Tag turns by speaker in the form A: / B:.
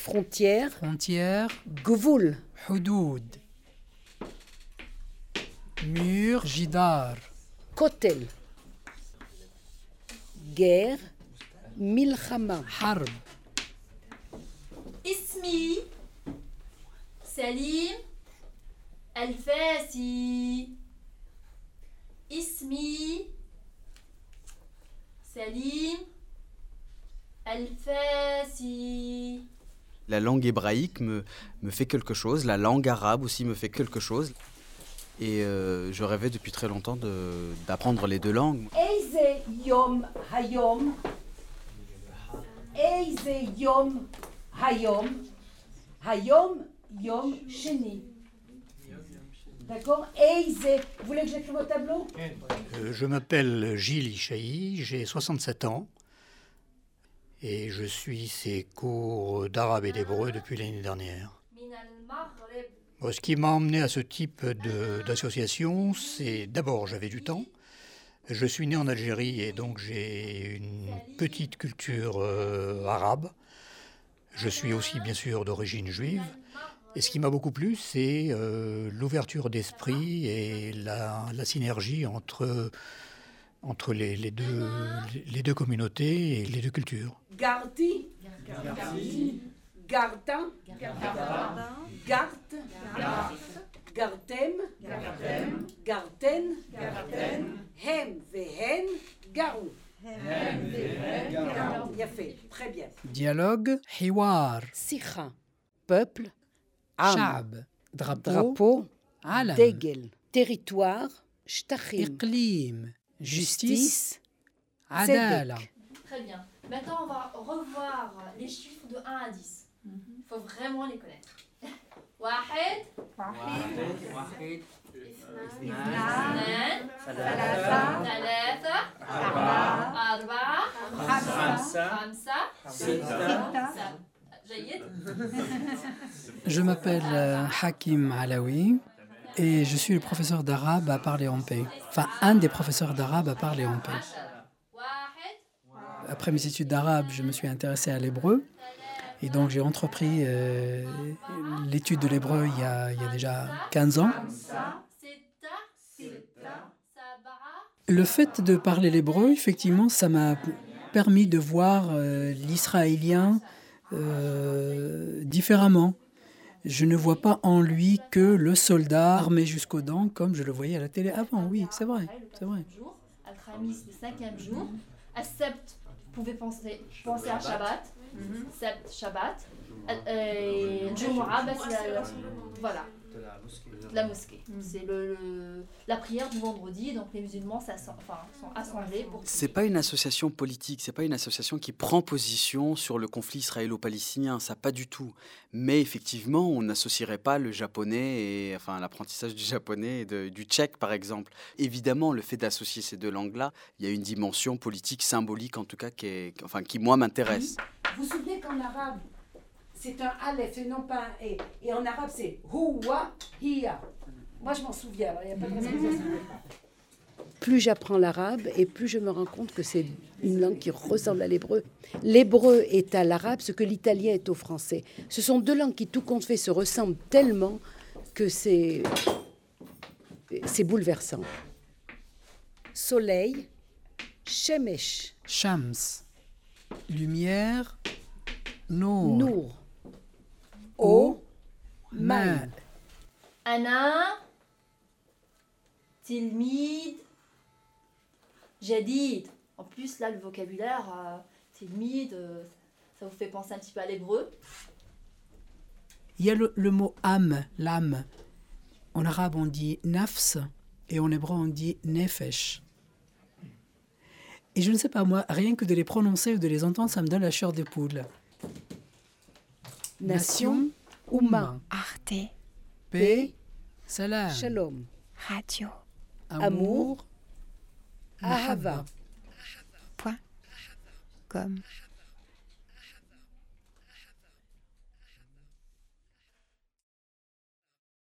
A: frontière,
B: gvoul,
A: حدود, mur, جدار,
B: kotel, guerre, milchama,
A: حرب,
C: اسمي سليم الفاسي. اسمي سليم الفاسي.
D: La langue hébraïque me fait quelque chose, la langue arabe aussi me fait quelque chose. Et je rêvais depuis très longtemps d'apprendre les deux langues.
B: Eize yom hayom, Eize yom hayom, hayom yom sheni. D'accord. Eize, vous voulez que j'écrive au tableau?
E: Je m'appelle Gilles Ishaï, j'ai 67 ans et je suis ces cours d'arabe et d'hébreu depuis l'année dernière. Ce qui m'a emmené à ce type d'association, c'est d'abord j'avais du temps. Je suis né en Algérie et donc j'ai une petite culture arabe. Je suis aussi bien sûr d'origine juive. Et ce qui m'a beaucoup plu, c'est l'ouverture d'esprit et la synergie entre les deux communautés et les deux cultures.
B: Gardi, Gartin, Gart, Gartem, Garten, Hem Vehen, Garou. Il a fait, très bien.
A: dialogue, حوار,
B: Sikha, peuple, Am,
A: شعب,
B: drapeau,
A: علم,
B: Degel, territoire, Shtachim,
A: إقليم,
B: justice,
A: عدالة.
C: Très bien. Maintenant, on va revoir les chiffres de 1 à 10. Il faut vraiment les connaître. واحد اثنان ثلاثة أربعة خمسة ستة. جيد.
A: Je m'appelle Hakim Alaoui et je suis le professeur d'arabe à Parler en Paix. Enfin, un des professeurs d'arabe à Parler en Paix. Après mes études d'arabe, je me suis intéressé à l'hébreu. Et donc j'ai entrepris l'étude de l'hébreu il y a déjà 15 ans. Le fait de parler l'hébreu, effectivement, ça m'a permis de voir l'israélien différemment. Je ne vois pas en lui que le soldat armé jusqu'aux dents comme je le voyais à la télé avant. Oui, c'est vrai, c'est vrai.
C: Al-Khamis, le 5e jour. Al-Sebt, vous pouvez penser à Shabbat. Sept Shabbat. Jumu'ah, voilà. La mosquée. C'est la prière du vendredi, donc les musulmans sont assemblés pour...
D: C'est pas une association politique, c'est pas une association qui prend position sur le conflit israélo-palestinien, ça pas du tout. Mais effectivement, on n'associerait pas le japonais l'apprentissage du japonais et du tchèque par exemple. Évidemment, le fait d'associer ces deux langues-là, il y a une dimension politique, symbolique en tout cas, qui moi m'intéresse.
B: Vous vous souvenez qu'en arabe, c'est un aleph et non pas un et. Et en arabe, c'est huwa, hiya. Moi, je m'en souviens, alors il n'y a pas de raison que ça se souvienne pas. Plus j'apprends l'arabe et plus je me rends compte que c'est une langue qui ressemble à l'hébreu. L'hébreu est à l'arabe ce que l'italien est au français. Ce sont deux langues qui, tout compte fait, se ressemblent tellement que c'est bouleversant. Soleil, shemesh.
A: Shams, lumière, nour,
B: Nour. Eau,
A: ma,
C: أنا تلميذ جديد. En plus, là, le vocabulaire, tilmid, ça vous fait penser un petit peu à l'hébreu.
A: Il y a le mot âme, l'âme. En arabe, on dit nafs et en hébreu, on dit nefesh. Et je ne sais pas, moi, rien que de les prononcer ou de les entendre, ça me donne la chair de poule.
B: Nation, Oumma,
F: Arte,
A: Paix, salam,
B: Shalom,
F: Radio,
A: amour,
B: Ahava.
F: .com